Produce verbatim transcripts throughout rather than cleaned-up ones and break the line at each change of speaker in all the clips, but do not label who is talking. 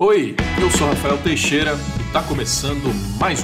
Oi, eu sou Rafael Teixeira e tá começando mais um.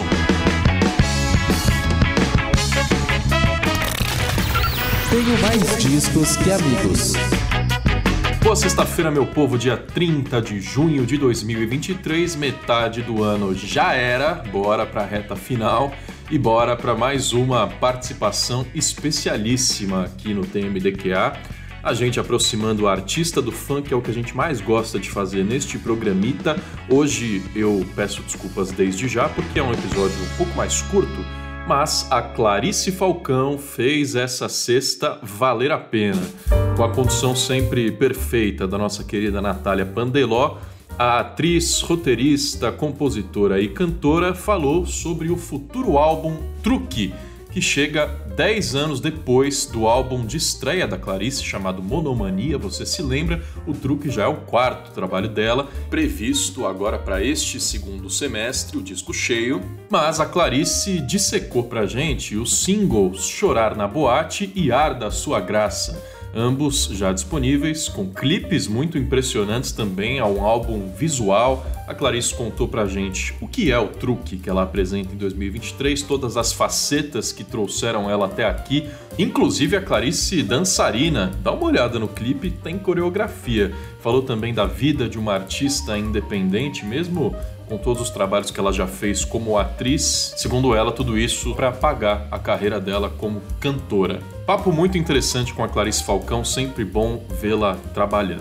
Tenho mais discos que amigos.
Boa sexta-feira, meu povo, dia trinta de junho de dois mil e vinte e três, metade do ano já era, bora pra reta final e bora para mais uma participação especialíssima aqui no T M D Q A. A gente aproximando o artista do funk, é o que a gente mais gosta de fazer neste programita. Hoje eu peço desculpas desde já, porque é um episódio um pouco mais curto, mas a Clarice Falcão fez essa sexta valer a pena. Com a condução sempre perfeita da nossa querida Natália Pandeló, a atriz, roteirista, compositora e cantora falou sobre o futuro álbum Truque, que chega dez anos depois do álbum de estreia da Clarice, chamado Monomania. Você se lembra, o Truque já é o quarto trabalho dela, previsto agora para este segundo semestre, o disco cheio. Mas a Clarice dissecou pra gente os singles Chorar na Boate e Arda Sua Graça, ambos já disponíveis, com clipes muito impressionantes também, ao um álbum visual. A Clarice contou pra gente o que é o Truque que ela apresenta em dois mil e vinte e três, todas as facetas que trouxeram ela até aqui, inclusive a Clarice dançarina. Dá uma olhada no clipe, tem coreografia. Falou também da vida de uma artista independente, mesmo com todos os trabalhos que ela já fez como atriz, segundo ela, tudo isso para pagar a carreira dela como cantora. Papo muito interessante com a Clarice Falcão, sempre bom vê-la trabalhando.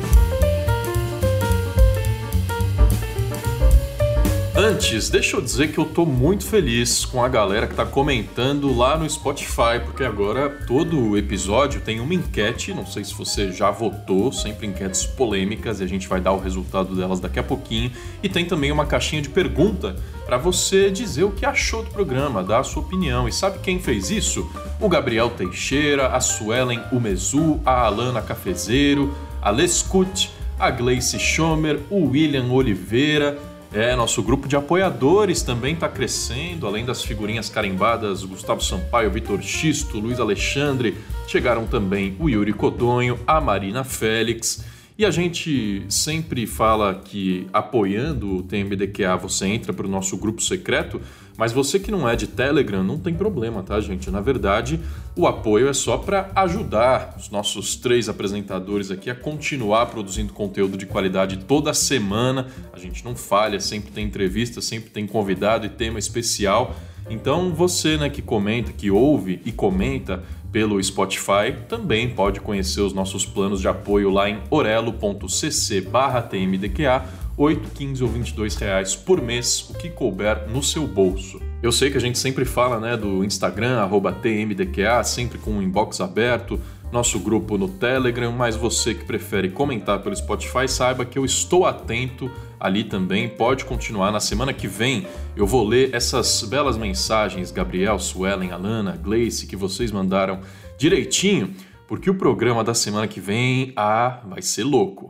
Antes, deixa eu dizer que eu tô muito feliz com a galera que tá comentando lá no Spotify, porque agora todo episódio tem uma enquete, não sei se você já votou, sempre enquetes polêmicas, e a gente vai dar o resultado delas daqui a pouquinho, e tem também uma caixinha de pergunta para você dizer o que achou do programa, dar a sua opinião. E sabe quem fez isso? O Gabriel Teixeira, a Suelen Umezu, a Alana Cafezeiro, a Lescut, a Gleice Schomer, o William Oliveira. É, nosso grupo de apoiadores também está crescendo, além das figurinhas carimbadas, Gustavo Sampaio, Vitor Xisto, Luiz Alexandre, chegaram também o Yuri Codonho, a Marina Félix, e a gente sempre fala que apoiando o T M D Q A você entra para o nosso grupo secreto, mas você que não é de Telegram não tem problema, tá, gente? Na verdade, o apoio é só para ajudar os nossos três apresentadores aqui a continuar produzindo conteúdo de qualidade toda semana. A gente não falha, sempre tem entrevista, sempre tem convidado e tema especial. Então você, né, que comenta, que ouve e comenta pelo Spotify, também pode conhecer os nossos planos de apoio lá em orelo.cc barra tmdqa, oito, quinze ou vinte e dois reais por mês, o que couber no seu bolso. Eu sei que a gente sempre fala, né, do Instagram, arroba tmdqa, sempre com o inbox aberto, nosso grupo no Telegram, mas você que prefere comentar pelo Spotify, saiba que eu estou atento ali também, pode continuar. Na semana que vem eu vou ler essas belas mensagens, Gabriel, Suelen, Alana, Gleice, que vocês mandaram direitinho, porque o programa da semana que vem, ah, vai ser louco.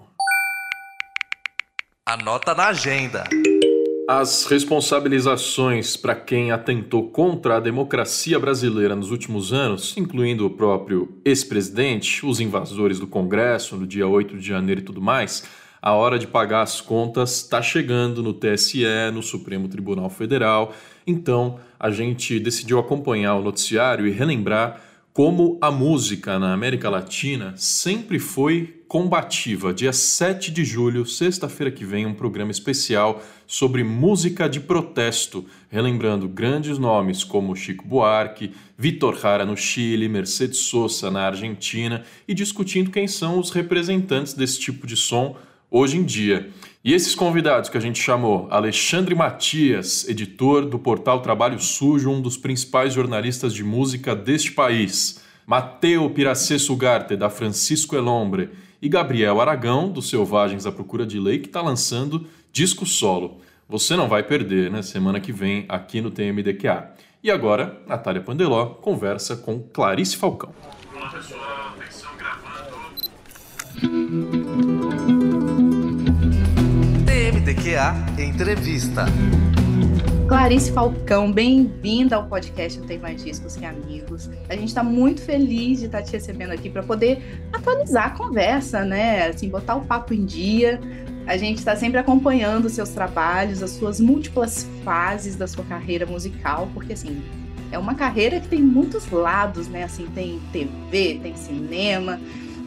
Anota na agenda.
As responsabilizações para quem atentou contra a democracia brasileira nos últimos anos, incluindo o próprio ex-presidente, os invasores do Congresso no dia oito de janeiro e tudo mais, a hora de pagar as contas está chegando no T S E, no Supremo Tribunal Federal. Então, a gente decidiu acompanhar o noticiário e relembrar como a música na América Latina sempre foi combativa. Dia sete de julho, sexta-feira que vem, um programa especial sobre música de protesto, relembrando grandes nomes como Chico Buarque, Vitor Jara no Chile, Mercedes Sosa na Argentina, e discutindo quem são os representantes desse tipo de som hoje em dia. E esses convidados que a gente chamou: Alexandre Matias, editor do portal Trabalho Sujo, um dos principais jornalistas de música deste país, Mateo Piracê Sugarte, da Francisco El Hombre, e Gabriel Aragão, do Selvagens à Procura de Lei, que está lançando disco solo. Você não vai perder, né? Semana que vem, aqui no T M D Q A. E agora, Natália Pandeló conversa com Clarice Falcão. Olá, pessoal. Atenção, gravando.
T M D Q A Entrevista.
Clarice Falcão, bem-vinda ao podcast Não Tem Mais Discos que Amigos. A gente está muito feliz de estar te recebendo aqui para poder atualizar a conversa, né? Assim, botar o papo em dia. A gente está sempre acompanhando os seus trabalhos, as suas múltiplas fases da sua carreira musical, porque assim, é uma carreira que tem muitos lados, né? Assim, tem T V, tem cinema,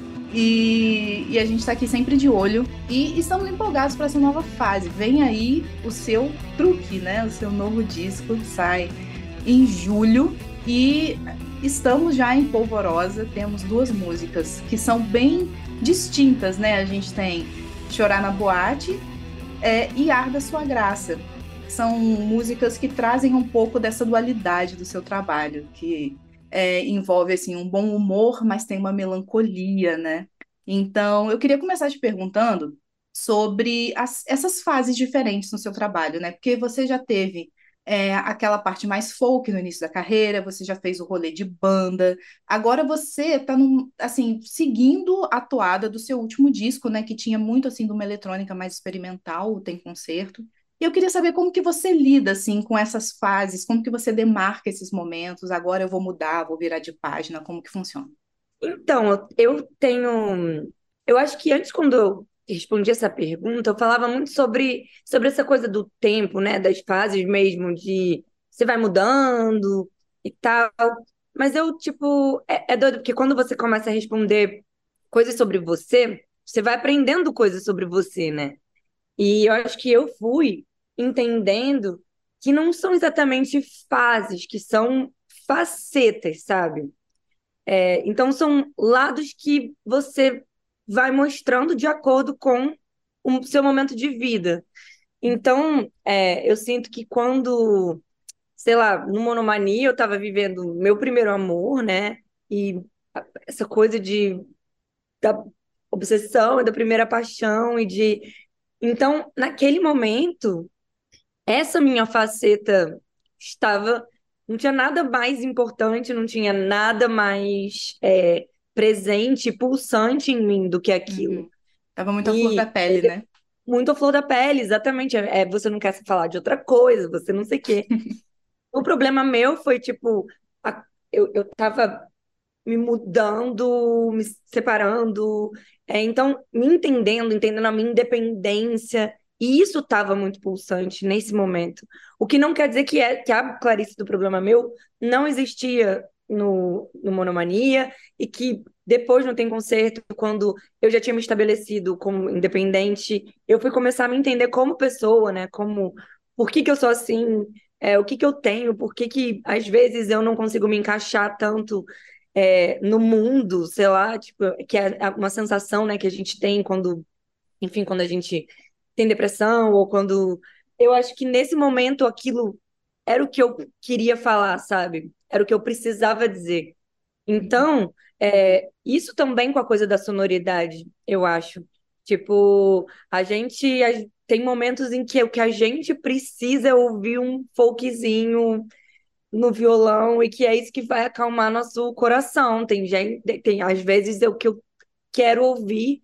e, e a gente está aqui sempre de olho e estamos empolgados para essa nova fase. Vem aí o seu Truque, né? O seu novo disco sai em julho e estamos já em Polvorosa. Temos duas músicas que são bem distintas, né? A gente tem Chorar na Boate é, e Arda Sua Graça. São músicas que trazem um pouco dessa dualidade do seu trabalho, que é, envolve assim, um bom humor, mas tem uma melancolia, né? Então, eu queria começar te perguntando sobre as- essas fases diferentes no seu trabalho, né? Porque você já teve é, aquela parte mais folk no início da carreira, você já fez o rolê de banda, agora você está assim, seguindo a toada do seu último disco, né? Que tinha muito assim de uma eletrônica mais experimental, o Tem Concerto. E eu queria saber como que você lida assim com essas fases, como que você demarca esses momentos. Agora eu vou mudar, vou virar de página, como que funciona?
Então, eu eu tenho. Eu acho que antes, quando eu respondi essa pergunta, eu falava muito sobre, sobre essa coisa do tempo, né? Das fases mesmo, de você vai mudando e tal. Mas eu, tipo, é, é doido, porque quando você começa a responder coisas sobre você, você vai aprendendo coisas sobre você, né? E eu acho que eu fui entendendo que não são exatamente fases, que são facetas, sabe? É, então, são lados que você vai mostrando de acordo com o seu momento de vida. Então, é, eu sinto que quando, sei lá, no Monomania eu estava vivendo meu primeiro amor, né? E a- essa coisa de, da obsessão e da primeira paixão e de... Então, naquele momento, essa minha faceta estava. Não tinha nada mais importante, não tinha nada mais é, presente, pulsante em mim do que aquilo.
Uhum. Tava muito à flor da
E
pele, né?
muito a flor da pele, exatamente. É, você não quer se falar de outra coisa, você não sei o quê. O problema meu foi, tipo, a- eu, eu tava me mudando, me separando, é, então me entendendo, entendendo a minha independência, e isso estava muito pulsante nesse momento. O que não quer dizer que, é, que a Clarice do Problema Meu não existia no, no Monomania, e que depois não tem concerto, quando eu já tinha me estabelecido como independente, eu fui começar a me entender como pessoa, né? Como, por que que eu sou assim, é, o que que eu tenho, por que que às vezes eu não consigo me encaixar tanto é, no mundo, sei lá, tipo, que é uma sensação, né, que a gente tem quando, enfim, quando a gente tem depressão ou quando eu acho que nesse momento aquilo era o que eu queria falar, sabe? Era o que eu precisava dizer. Então, é, isso também com a coisa da sonoridade, eu acho. Tipo, a gente a- tem momentos em que o que a gente precisa é ouvir um folkzinho no violão e que é isso que vai acalmar nosso coração. Tem gente, tem, às vezes o que eu quero ouvir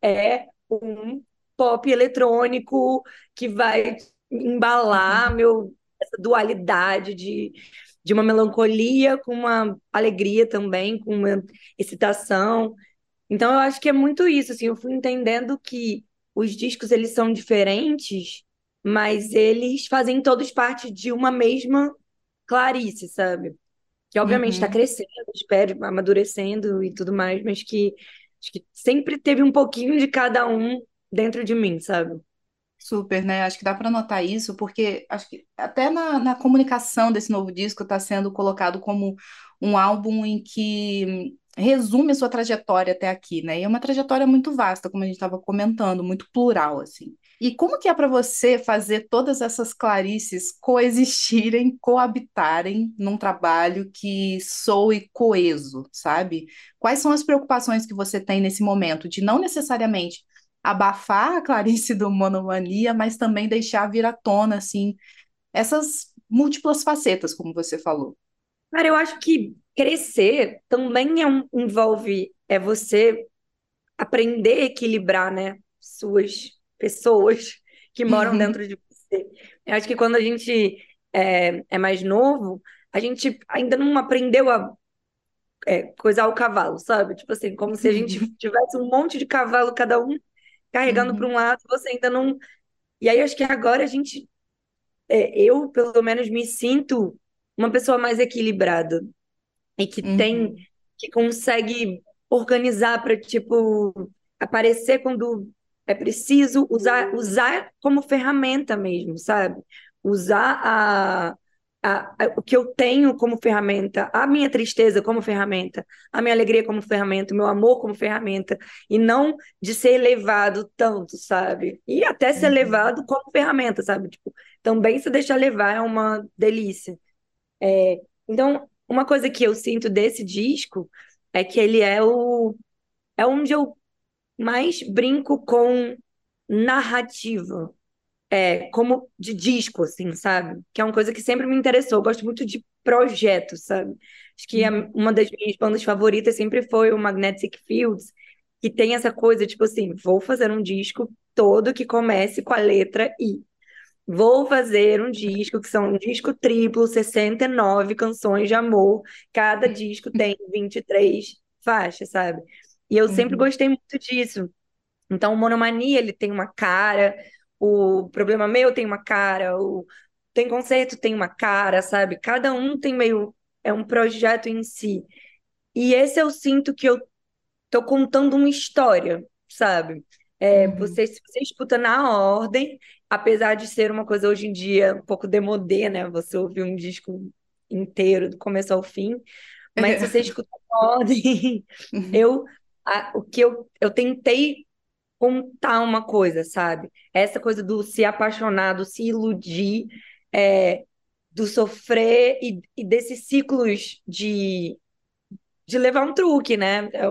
é um pop eletrônico que vai embalar
Uhum.
meu essa dualidade de, de uma melancolia com uma alegria também, com uma excitação. Então eu acho que é muito isso, assim, eu fui entendendo que os discos eles são diferentes, mas eles fazem todos parte de uma mesma Clarice, sabe? Que obviamente está
Uhum.
crescendo, espero, amadurecendo e tudo mais, mas que acho que sempre teve um pouquinho de cada um dentro de mim, sabe?
Super, né? Acho que dá para notar isso, porque acho que até na, na comunicação desse novo disco está sendo colocado como um álbum em que resume a sua trajetória até aqui, né? E é uma trajetória muito vasta, como a gente estava comentando, muito plural, assim. E como que é para você fazer todas essas Clarices coexistirem, coabitarem num trabalho que soe coeso, sabe? Quais são as preocupações que você tem nesse momento de não necessariamente abafar a Clarice do Monomania, mas também deixar vir à tona, assim, essas múltiplas facetas, como você falou.
Cara, eu acho que crescer também é um, envolve é você aprender a equilibrar, né, suas pessoas que moram dentro de você. Eu acho que quando a gente é, é mais novo, a gente ainda não aprendeu a é, coisar o cavalo, sabe? Tipo assim, como se a gente tivesse um monte de cavalo cada um carregando para um
Uhum,
lado, você ainda não. E aí acho que agora a gente, é, eu pelo menos me sinto uma pessoa mais equilibrada e que tem,
uhum,
que consegue organizar para, tipo, aparecer quando é preciso, usar, usar como ferramenta mesmo, sabe? Usar a, a, a- o que eu tenho como ferramenta, a minha tristeza como ferramenta, a minha alegria como ferramenta, o meu amor como ferramenta, e não de ser elevado tanto, sabe? E até ser
uhum,
levado como ferramenta, sabe? Tipo, também se deixar levar é uma delícia. Então, uma coisa que eu sinto desse disco é que ele é o é onde eu mais brinco com narrativa, é, como de disco, assim, sabe? Que é uma coisa que sempre me interessou. Eu gosto muito de projetos, sabe? Acho que a-
uhum,
uma das minhas bandas favoritas sempre foi o Magnetic Fields, que tem essa coisa, tipo assim, vou fazer um disco todo que comece com a letra I. Vou fazer um disco que são um disco triplo, sessenta e nove canções de amor. Cada disco tem vinte e três faixas, sabe? E eu sempre
uhum,
gostei muito disso. Então, o Monomania, ele tem uma cara, o Problema Meu tem uma cara, o Tem Conceito tem uma cara, sabe? Cada um tem meio... É um projeto em si. E esse eu sinto que eu tô contando uma história, sabe? É,
uhum,
você, se você escuta na ordem, apesar de ser uma coisa hoje em dia um pouco demodê, né? Você ouvir um disco inteiro, do começo ao fim, mas se você escuta na ordem,
uhum,
eu, a- o que eu, eu tentei contar uma coisa, sabe? Essa coisa do se apaixonar, do se iludir, é, do sofrer e, e desses ciclos de, de levar um truque, né? É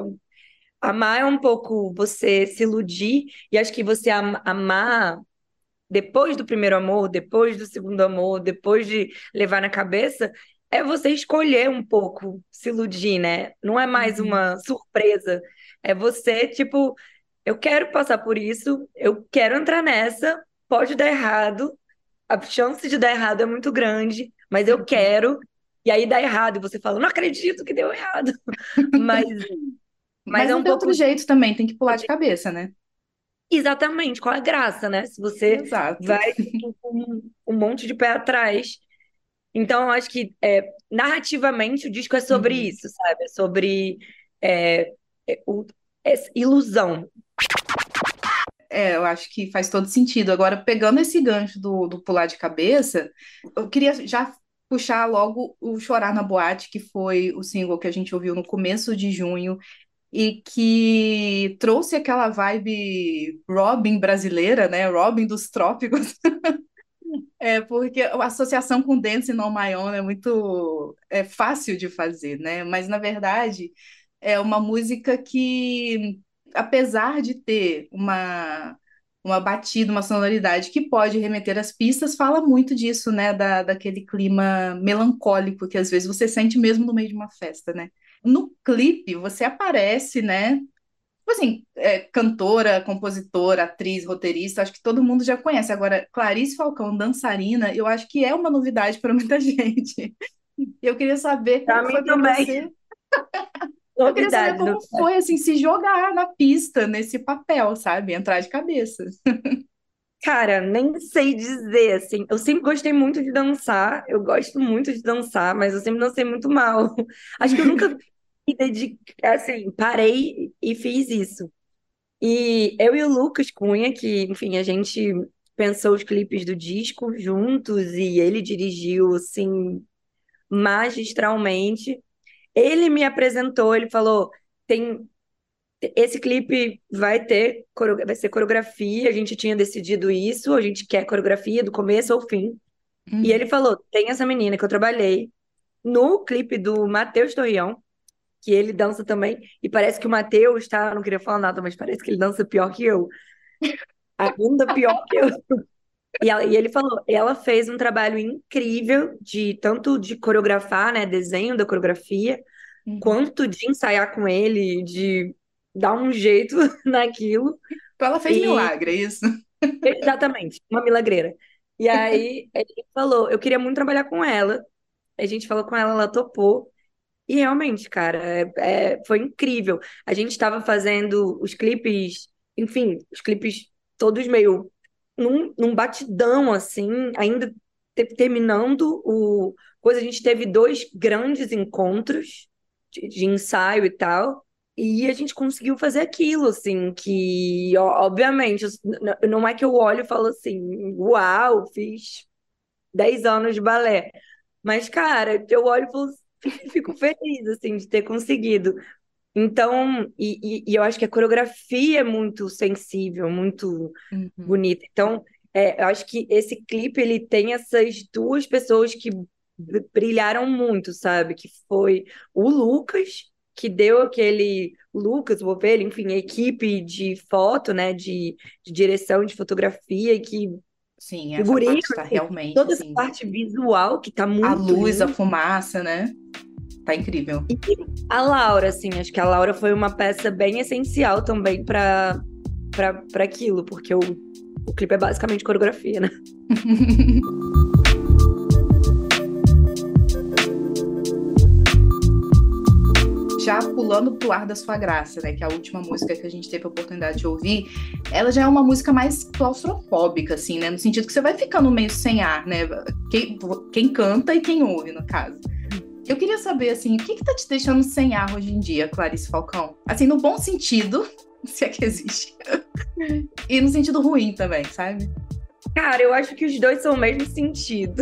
Amar é um pouco você se iludir, e acho que você am- amar depois do primeiro amor, depois do segundo amor, depois de levar na cabeça, é você escolher um pouco se iludir, né? Não é mais
uhum.
uma surpresa. É você, tipo, eu quero passar por isso, eu quero entrar nessa, pode dar errado, a chance de dar errado é muito grande, mas eu
Uhum.
quero. E aí dá errado, e você fala, não acredito que deu errado. Mas, mas
Mas
é
não
um
tem outro
pouco.
jeito também, tem que pular de cabeça, né?
Exatamente, qual a graça, né? Se você
Exato.
vai com um, um monte de pé atrás. Então, eu acho que é, narrativamente o disco é sobre
Uhum.
isso, sabe? É sobre é, é, o- é ilusão.
É, eu acho que faz todo sentido. Agora, pegando esse gancho do, do pular de cabeça, eu queria já puxar logo o Chorar na Boate, que foi o single que a gente ouviu no começo de junho e que trouxe aquela vibe Robin brasileira, né? Robin dos trópicos. É, porque a associação com Dancing on My Own é muito é fácil de fazer, né? Mas, na verdade, é uma música que, apesar de ter uma, uma batida, uma sonoridade que pode remeter às pistas, fala muito disso, né? Da, daquele clima melancólico que às vezes você sente mesmo no meio de uma festa, né? No clipe, você aparece, né? Tipo assim, é, cantora, compositora, atriz, roteirista, acho que todo mundo já conhece. Agora, Clarice Falcão, dançarina, eu acho que é uma novidade para muita gente. Eu queria saber
Pra
como
mim
foi para
também,
você. Eu queria saber
novidade,
como
novidade.
foi, assim, se jogar na pista, nesse papel, sabe? Entrar de cabeça.
Cara, nem sei dizer, assim. Eu sempre gostei muito de dançar, eu gosto muito de dançar, mas eu sempre dancei muito mal. Acho que eu nunca me dediquei, assim, parei e fiz isso. E eu e o Lucas Cunha, que, enfim, a gente pensou os clipes do disco juntos e ele dirigiu, assim, magistralmente. Ele me apresentou, ele falou: tem esse clipe vai ter, coreo- vai ser coreografia, a gente tinha decidido isso, a gente quer coreografia do começo ao fim. E ele
Uhum.
falou: tem essa menina que eu trabalhei no clipe do Matheus Torrião, que ele dança também, e parece que o Matheus, tá? Eu não queria falar nada, mas parece que ele dança pior que eu. Ainda pior que eu. E, ela- e ele falou, ela fez um trabalho incrível de tanto de coreografar, né, desenho da coreografia,
Uhum.
quanto de ensaiar com ele, de dar um jeito naquilo.
Então ela fez
E
milagre, é isso?
exatamente, uma milagreira. E aí ele falou, eu queria muito trabalhar com ela. A gente falou com ela, ela topou. E realmente, cara, é- é- foi incrível. A gente estava fazendo os clipes. enfim, os clipes todos meio num, num batidão, assim, ainda te- terminando o coisa. A gente teve dois grandes encontros de, de ensaio e tal, e a gente conseguiu fazer aquilo, assim, que, ó, obviamente, eu- n- não é que eu olho e falo assim, uau, fiz dez anos de balé. Mas, cara, eu olho e falo, fico fico feliz, assim, de ter conseguido. Então, e, e- e eu acho que a coreografia é muito sensível, muito
Uhum.
bonita. Então, é, eu acho que esse clipe, ele tem essas duas pessoas que br- brilharam muito, sabe? Que foi o Lucas, que deu aquele... O Lucas, o Ovelha, enfim, a equipe de foto, né? De, de direção, de fotografia, que
Sim, essa
figurino,
parte tá
assim,
realmente
toda essa
assim.
parte visual que tá
A
muito
luz, a
linda.
fumaça, né? Tá incrível.
E a Laura, assim, acho que a Laura foi uma peça bem essencial também para para para aquilo, porque o, o clipe é basicamente coreografia, né?
Já pulando pro Ar da Sua Graça, né? Que é a última música que a gente teve a oportunidade de ouvir, ela já é uma música mais claustrofóbica, assim, né? No sentido que você vai ficando meio sem ar, né? Quem, quem canta e quem ouve, no caso. Eu queria saber, assim, o que que tá te deixando sem ar hoje em dia, Clarice Falcão? Assim, no bom sentido, se é que existe. E no sentido ruim também, sabe?
Cara, eu acho que os dois são o mesmo sentido.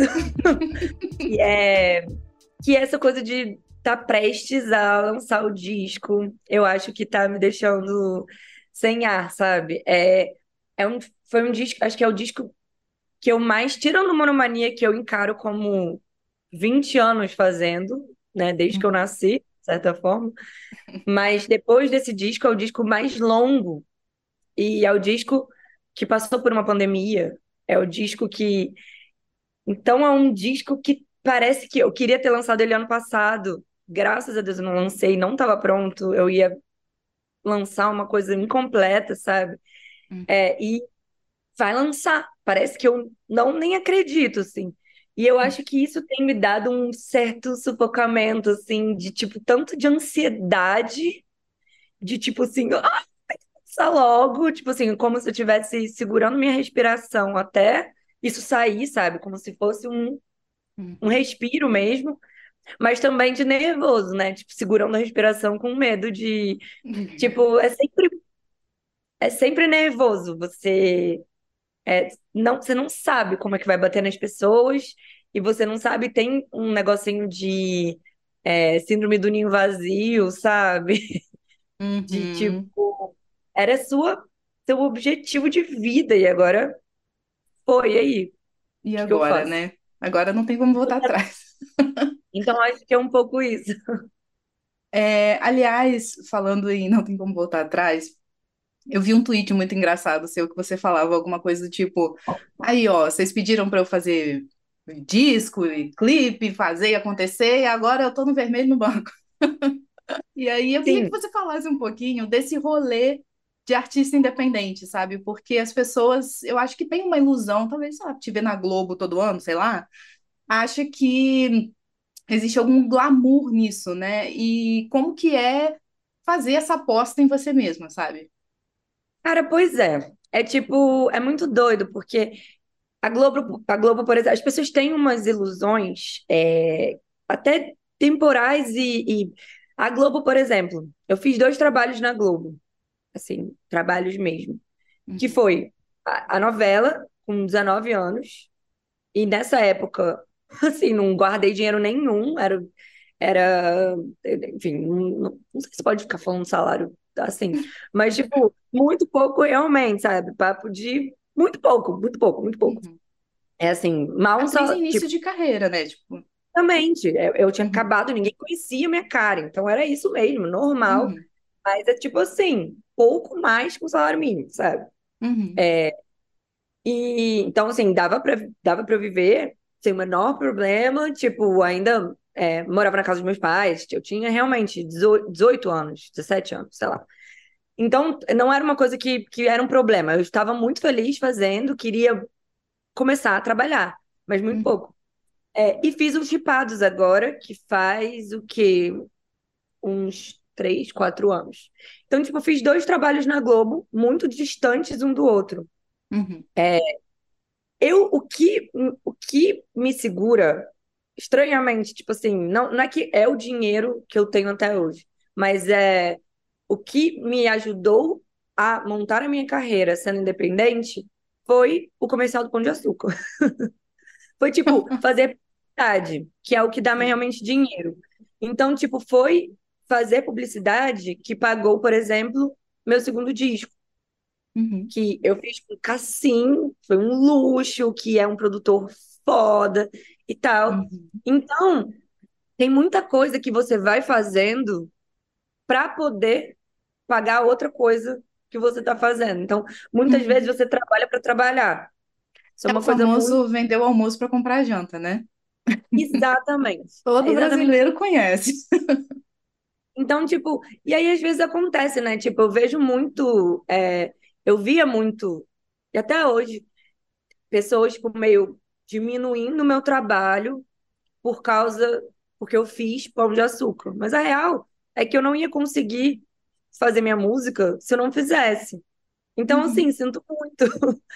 E é que essa coisa de estar tá prestes a lançar o disco, eu acho que tá me deixando sem ar, sabe? É, é um, foi um disco, acho que é o disco que eu mais, tirando o Monomania, que eu encaro como vinte anos fazendo, né, desde que eu
Uhum.
nasci, de certa forma. Mas depois desse disco é o disco mais longo e é o disco que passou por uma pandemia. É o disco que. Então é um disco que parece que eu queria ter lançado ele ano passado. Graças a Deus eu não lancei, não estava pronto. Eu ia lançar uma coisa incompleta, sabe? É, e vai lançar. Parece que eu não nem acredito, assim. E eu acho que isso tem me dado um certo sufocamento, assim, de tipo, tanto de ansiedade, de tipo assim, ah, passa logo, tipo assim, como se eu estivesse segurando minha respiração até isso sair, sabe? Como se fosse um, um
Uhum.
respiro mesmo, mas também de nervoso, né? Tipo, segurando a respiração com medo de, tipo, é sempre, é sempre nervoso. Você É, não, você não sabe como é que vai bater nas pessoas e você não sabe, tem um negocinho de é, síndrome do ninho vazio, sabe? De
Uhum.
tipo, era sua, seu objetivo de vida e agora foi, e aí? O
E
que que eu
agora,
faço?
né? Agora não tem como voltar atrás.
Então acho que é um pouco isso.
É, aliás, falando em não tem como voltar atrás, eu vi um tweet muito engraçado seu que você falava alguma coisa do tipo, aí ó, vocês pediram para eu fazer disco e clipe, fazer e acontecer, e agora eu tô no vermelho no banco. E aí eu queria que
Sim,
você falasse um pouquinho desse rolê de artista independente, sabe? Porque as pessoas, eu acho que tem uma ilusão, talvez, sei lá, te ver na Globo todo ano, sei lá, acha que existe algum glamour nisso, né? E como que é fazer essa aposta em você mesma, sabe?
cara, pois é. É tipo, é muito doido, porque A Globo, a Globo, por exemplo, as pessoas têm umas ilusões, é, até temporais, e, e a Globo, por exemplo, eu fiz dois trabalhos na Globo, assim, trabalhos mesmo, que
Uhum,
foi a, a novela, com dezenove anos, e nessa época, assim, não guardei dinheiro nenhum, era, era, enfim, não, não sei se pode ficar falando salário assim, mas, tipo, muito pouco realmente, sabe? Papo de muito pouco, muito pouco, muito pouco.
uhum.
É assim, mal um
Atriz em
salário.
início de carreira, né? Tipo,
Exatamente. Eu, eu tinha
uhum,
acabado, ninguém conhecia a minha cara, então era isso mesmo, normal.
uhum,
Mas é tipo assim, pouco mais que o salário mínimo, sabe?
uhum,
E então, assim, dava pra, dava pra eu viver sem o menor problema. Tipo, ainda é, morava na casa dos meus pais, eu tinha realmente dezoito dezoito anos, dezessete anos, sei lá. Então, não era uma coisa que, que era um problema. Eu estava muito feliz fazendo, queria começar a trabalhar, mas muito
uhum.
pouco. É, e fiz os chipados agora, que faz o quê? Uns três, quatro anos. Então, tipo, eu fiz dois trabalhos na Globo, muito distantes um do outro.
Uhum.
Eu, o que, o que me segura, estranhamente, tipo assim, não, não é que é o dinheiro que eu tenho até hoje, mas é o que me ajudou a montar a minha carreira sendo independente foi o comercial do Pão de Açúcar. Foi, tipo, fazer publicidade, que é o que dá realmente dinheiro. Então, tipo, foi fazer publicidade que pagou, por exemplo, meu segundo disco,
Uhum.
que eu fiz com o Cassim, foi um luxo, que é um produtor foda e tal.
Uhum.
Então, tem muita coisa que você vai fazendo para poder pagar outra coisa que você está fazendo. Então, muitas vezes
Uhum.
você trabalha para trabalhar. Isso é
É o
uma coisa muito.
famoso vender o almoço para comprar a janta, né?
Exatamente. É
Todo
exatamente.
brasileiro conhece.
Então, tipo, e aí às vezes acontece, né? Tipo, eu vejo muito, é, eu via muito, e até hoje, pessoas, tipo, meio diminuindo o meu trabalho por causa, porque eu fiz Pão de Açúcar. Mas a real é que eu não ia conseguir fazer minha música se eu não fizesse. Então, assim,
Uhum.
sinto muito.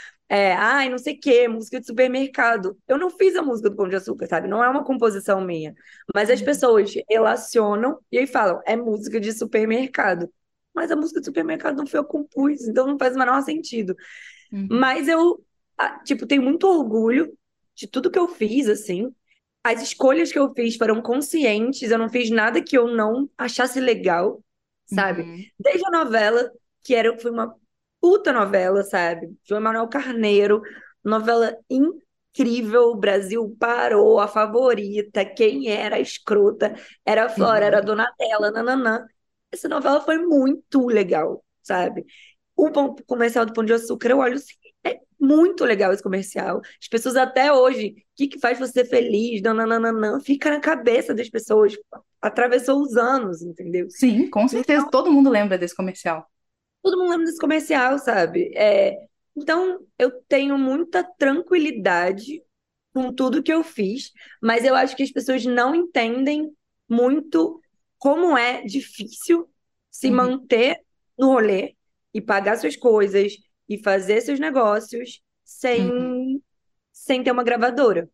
É, ai, não sei o quê, música de supermercado. Eu não fiz a música do Pão de Açúcar, sabe? Não é uma composição minha. Mas as
Uhum.
pessoas relacionam e aí falam, é música de supermercado. Mas a música de supermercado não foi eu que compus, então não faz o menor sentido.
Uhum.
Mas eu, ah, tipo, tenho muito orgulho de tudo que eu fiz, assim. As escolhas que eu fiz foram conscientes, eu não fiz nada que eu não achasse legal, sabe?
Uhum.
Desde a novela, que era, foi uma puta novela, sabe? João Manuel Carneiro, novela incrível, o Brasil parou, a favorita, quem era a escrota, era a Flora, era a
Uhum.
Donatella, nananã. Essa novela foi muito legal, sabe? O pão- comercial do Pão de Açúcar, eu olho assim, é muito legal esse comercial. As pessoas até hoje, o que que faz você ser feliz? Nananana, fica na cabeça das pessoas. Atravessou os anos, entendeu?
Sim, com certeza.
Então,
Todo mundo lembra desse comercial.
todo mundo lembra desse comercial, sabe? É, então, eu tenho muita tranquilidade com tudo que eu fiz, mas eu acho que as pessoas não entendem muito como é difícil se
Uhum.
manter no rolê e pagar suas coisas e fazer seus negócios
Uhum.
sem, sem ter uma gravadora.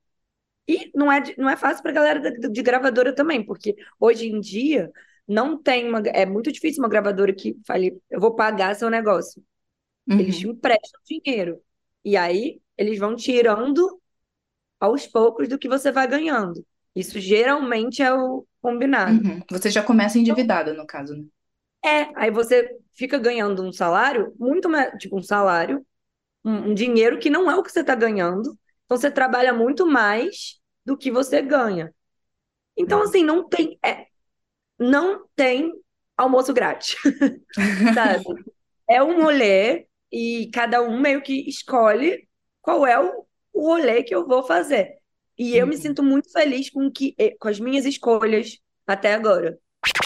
E não é, de- não é fácil para a galera da- de gravadora também, porque hoje em dia não tem uma, é muito difícil uma gravadora que fale, eu vou pagar seu negócio. Eles te
Uhum.
emprestam dinheiro. E aí eles vão tirando aos poucos do que você vai ganhando. Isso geralmente é o combinado.
Uhum. Você já começa endividada, no caso, né?
É, aí você fica ganhando um salário muito, mais- tipo um salário, um, um dinheiro que não é o que você está ganhando. Então você trabalha muito mais do que você ganha. Então
Uhum.
assim, não tem, é, não tem almoço grátis, sabe? É um rolê e cada um meio que escolhe qual é o, o rolê que eu vou fazer. E eu me
Uhum.
sinto muito feliz com que, eh, com as minhas escolhas até agora.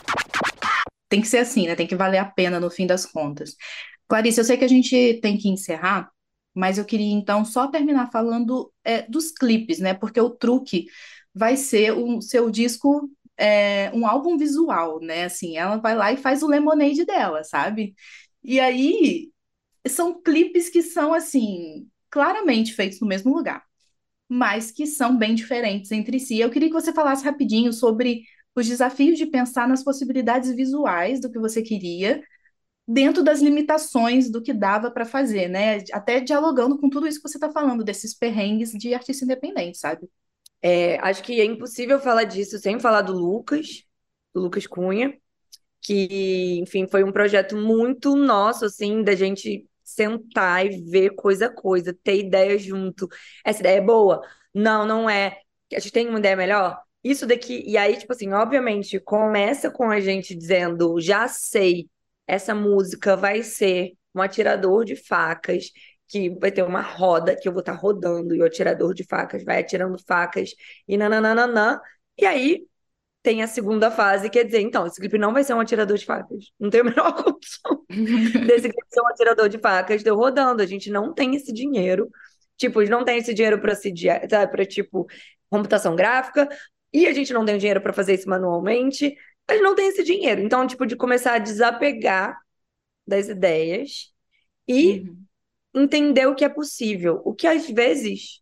Tem que ser assim, né? Tem que valer a pena no fim das contas. Clarice, eu sei que a gente tem que encerrar, mas eu queria então só terminar falando é, dos clipes, né? Porque o truque vai ser o seu disco, é, um álbum visual, né? Assim, ela vai lá e faz o Lemonade dela, sabe? E aí são clipes que são assim, claramente feitos no mesmo lugar, mas que são bem diferentes entre si. Eu queria que você falasse rapidinho sobre os desafios de pensar nas possibilidades visuais do que você queria, dentro das limitações do que dava para fazer, né? Até dialogando com tudo isso que você está falando, desses perrengues de artista independente, sabe?
É, acho que é impossível falar disso sem falar do Lucas, do Lucas Cunha, que, enfim, foi um projeto muito nosso, assim, da gente sentar e ver coisa a coisa, ter ideia junto. Essa ideia é boa? Não, não é. A gente tem uma ideia melhor? Isso daqui. E aí, tipo assim, obviamente, começa com a gente dizendo: já sei, essa música vai ser um atirador de facas. Que vai ter uma roda que eu vou estar rodando e o atirador de facas vai atirando facas e nananana. E aí tem a segunda fase, quer dizer, então, esse clipe não vai ser um atirador de facas. Não tem a menor condição desse clipe ser um atirador de facas, deu rodando. A gente não tem esse dinheiro. Tipo, a gente não tem esse dinheiro para se, sabe, para tipo computação gráfica, e a gente não tem dinheiro para fazer isso manualmente. mas não tem esse dinheiro. Então, tipo, de começar a desapegar das ideias e
Uhum.
entender o que é possível. O que às vezes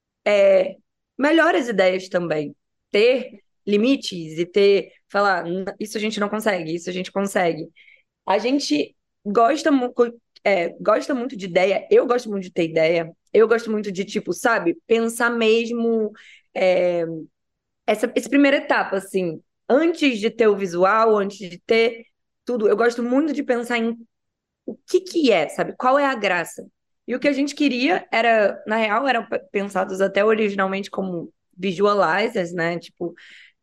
é melhora as ideias também. Ter limites e ter, falar, "N- isso a gente não consegue, isso a gente consegue." A gente gosta, mu- co- é, gosta muito de ideia, eu gosto muito de ter ideia, eu gosto muito de, tipo, sabe, pensar mesmo é, essa, essa primeira etapa, assim, antes de ter o visual, antes de ter tudo, eu gosto muito de pensar em o que que é, sabe? Qual é a graça? E o que a gente queria era, na real, eram pe- pensados até originalmente como visualizers, né? Tipo,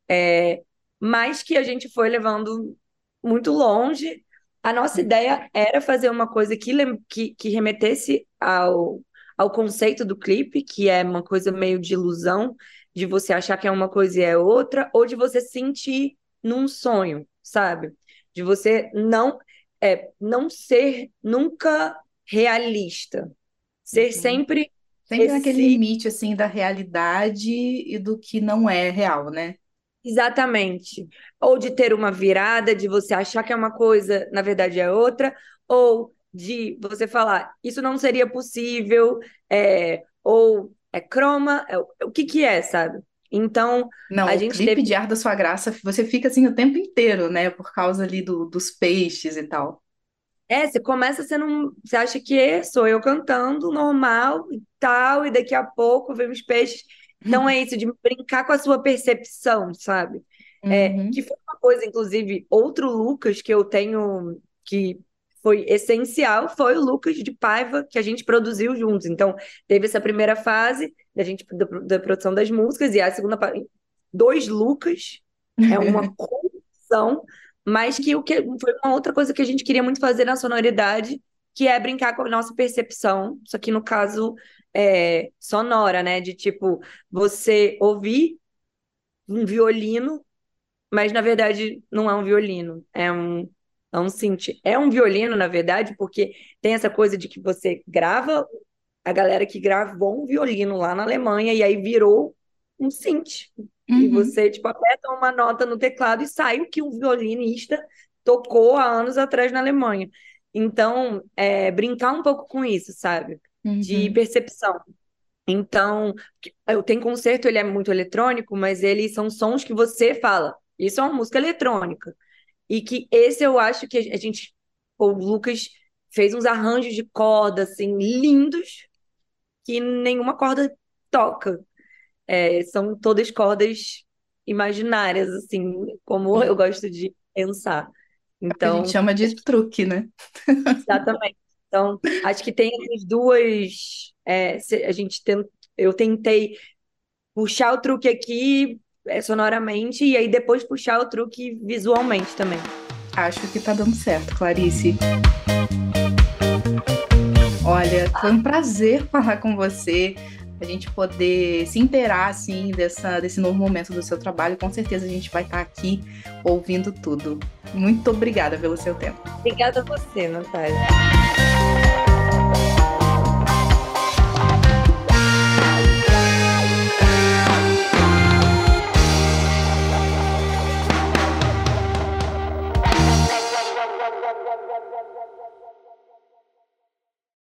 é, mas que a gente foi levando muito longe. A nossa ideia era fazer uma coisa que, lem- que, que remetesse ao, ao conceito do clipe, que é uma coisa meio de ilusão, de você achar que é uma coisa e é outra, ou de você sentir num sonho, sabe? De você não, é, não ser nunca realista, ser
Uhum.
sempre
Sempre naquele
esse.
limite, assim, da realidade e do que não é real, né?
Exatamente. Ou de ter uma virada, de você achar que é uma coisa, na verdade é outra, ou de você falar, isso não seria possível, é, ou é croma, é, o o que que é, sabe? Então,
Não,
a
o
gente
clipe
teve.
de Ar da Sua Graça, você fica assim o tempo inteiro, né? Por causa ali do, dos peixes e tal.
É, você começa sendo. um- Você acha que é, sou eu cantando normal e tal, e daqui a pouco vem os peixes. Então é isso, de brincar com a sua percepção, sabe? É, que
Uhum.
foi uma coisa, inclusive, outro Lucas que eu tenho, que foi essencial, foi o Lucas de Paiva, que a gente produziu juntos. Então, teve essa primeira fase da gente da, da produção das músicas, e a segunda parte, dois Lucas, é uma construção, mas que o que foi uma outra coisa que a gente queria muito fazer na sonoridade, que é brincar com a nossa percepção, só que no caso é, sonora, né? De tipo, você ouvir um violino, mas na verdade não é um violino, é um, é um synth. É um violino, na verdade, porque tem essa coisa de que você grava, a galera que gravou um violino lá na Alemanha e aí virou um synth. E
Uhum.
você, tipo, aperta uma nota no teclado e sai o que um violinista tocou há anos atrás na Alemanha. Então, é, brincar um pouco com isso, sabe? De
Uhum.
percepção. Então, eu tenho concerto, ele é muito eletrônico, mas eles são sons que você fala. Isso é uma música eletrônica. E que esse eu acho que a gente, o Lucas fez uns arranjos de corda assim lindos que nenhuma corda toca. É, são todas cordas imaginárias, assim, como eu gosto de pensar.
É o que a gente
Então,
chama
acho
de
que-
truque, né?
exatamente. Então, acho que tem essas duas. É, se- a gente tem, eu tentei puxar o truque aqui é, sonoramente e aí depois puxar o truque visualmente também.
Acho que tá dando certo, Clarice. Olha, foi um prazer falar com você, a gente poder se inteirar, assim, dessa, desse novo momento do seu trabalho. Com certeza a gente vai estar aqui ouvindo tudo. Muito obrigada pelo seu tempo.
Obrigada a você, Natália.